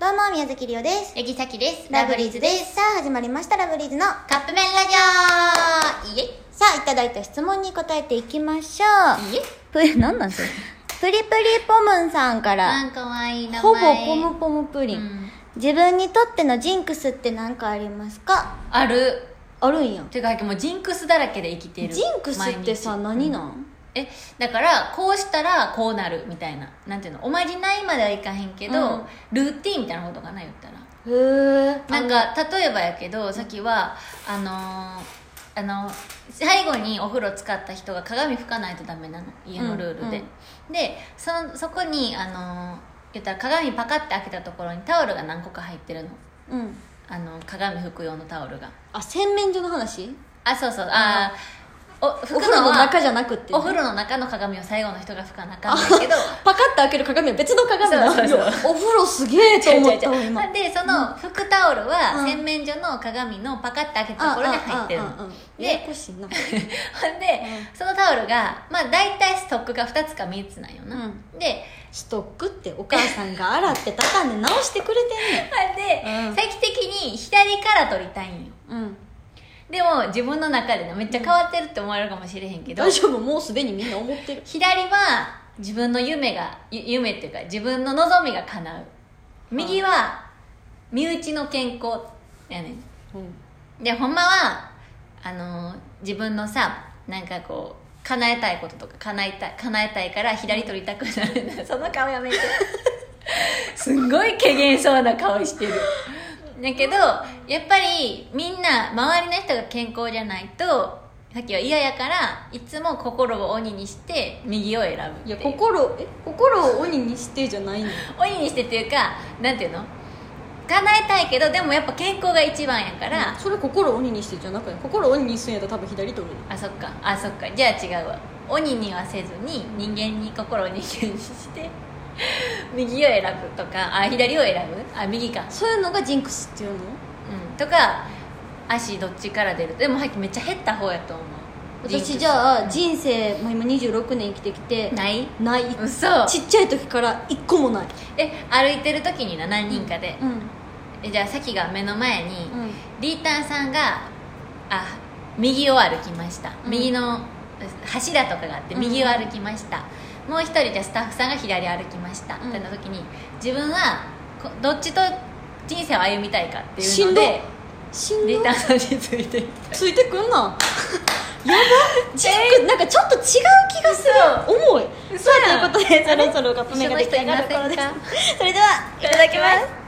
どうも、宮崎りおです。 八木咲です。 ラブリーズです。さあ、始まりました、ラブリーズのカップ麺ラジオ。いえ。 さあ、いただいた質問に答えていきましょう。 いえ。 なんなんそれプリプリポムンさんから、 かわいい名前。 ほぼポムポムプリン、自分にとってのジンクスって何かありますか？ あるんや。 てかもうジンクスだらけで生きてる。 ジンクスってさ、何なん？ だからこうしたらこうなるみたいな、なんていうの、おまじないまではいかへんけど、ルーティーンみたいなことかな、言ったら。 へえ。 なんか例えばやけど、さっきは最後にお風呂使った人が鏡拭かないとダメなの、家のルールで。でそこに言ったら鏡パカッて開けたところにタオルが何個か入ってるの。鏡拭く用のタオルが。 洗面所の話？ そうそう。 お風呂の中じゃなくって、 お風呂の中の鏡を最後の人が拭かなあかんないけどパカッと開ける鏡は別の鏡なんですよ。お風呂すげえと思ったわ今で、その拭くタオルは洗面所の鏡のパカッと開けたところに入ってるので、 ややこしいな。 ほんで、そのタオルが大体ストックが2つか3つなんよな、でストックってお母さんが洗って畳んで直してくれてんねん。 で、席的に左から取りたいんよ。でも自分の中でね、めっちゃ変わってるって思われるかもしれへんけど、 大丈夫、もうすでにみんな思ってる。 左は自分の夢っていうか自分の望みが叶う、右は身内の健康やねん。でほんまは自分のさ、なんかこう叶えたいこととか叶えたいから左取りたくなるんだ。その顔やめてすんごい怪げそうな顔してるだけど、やっぱりみんな周りの人が健康じゃないとさっきは嫌やから、いつも心を鬼にして右を選ぶっていう。 いや、心を鬼にしてじゃないの。 鬼にしてっていうか、なんていうの、叶えたいけどでもやっぱ健康が一番やから、 それ心を鬼にしてじゃなくて、心を鬼にするんやったら多分左取る。 そっかじゃあ違うわ。鬼にはせずに人間に心を人間にして右を選ぶとか、左を選ぶ、右か、 そういうのがジンクスっていうの？ とか、足どっちから出る。でもさっきめっちゃ減った方やと思う。 私じゃあ人生もう今26年生きてきてない嘘。ちっちゃい時から1個もない。 歩いてる時に何人かで、じゃあさっきが目の前に、リーターさんが右を歩きました、右の柱とかがあって右を歩きました、もう一人じゃあスタッフさんが左歩きました、ってな時に自分はどっちと人生を歩みたいかっていうのでリーターさんについてくんなやばジンクなんかちょっと違う気がする。重い。そうということで、そろそろカップ麺が出来上がる頃です。それではいただきます。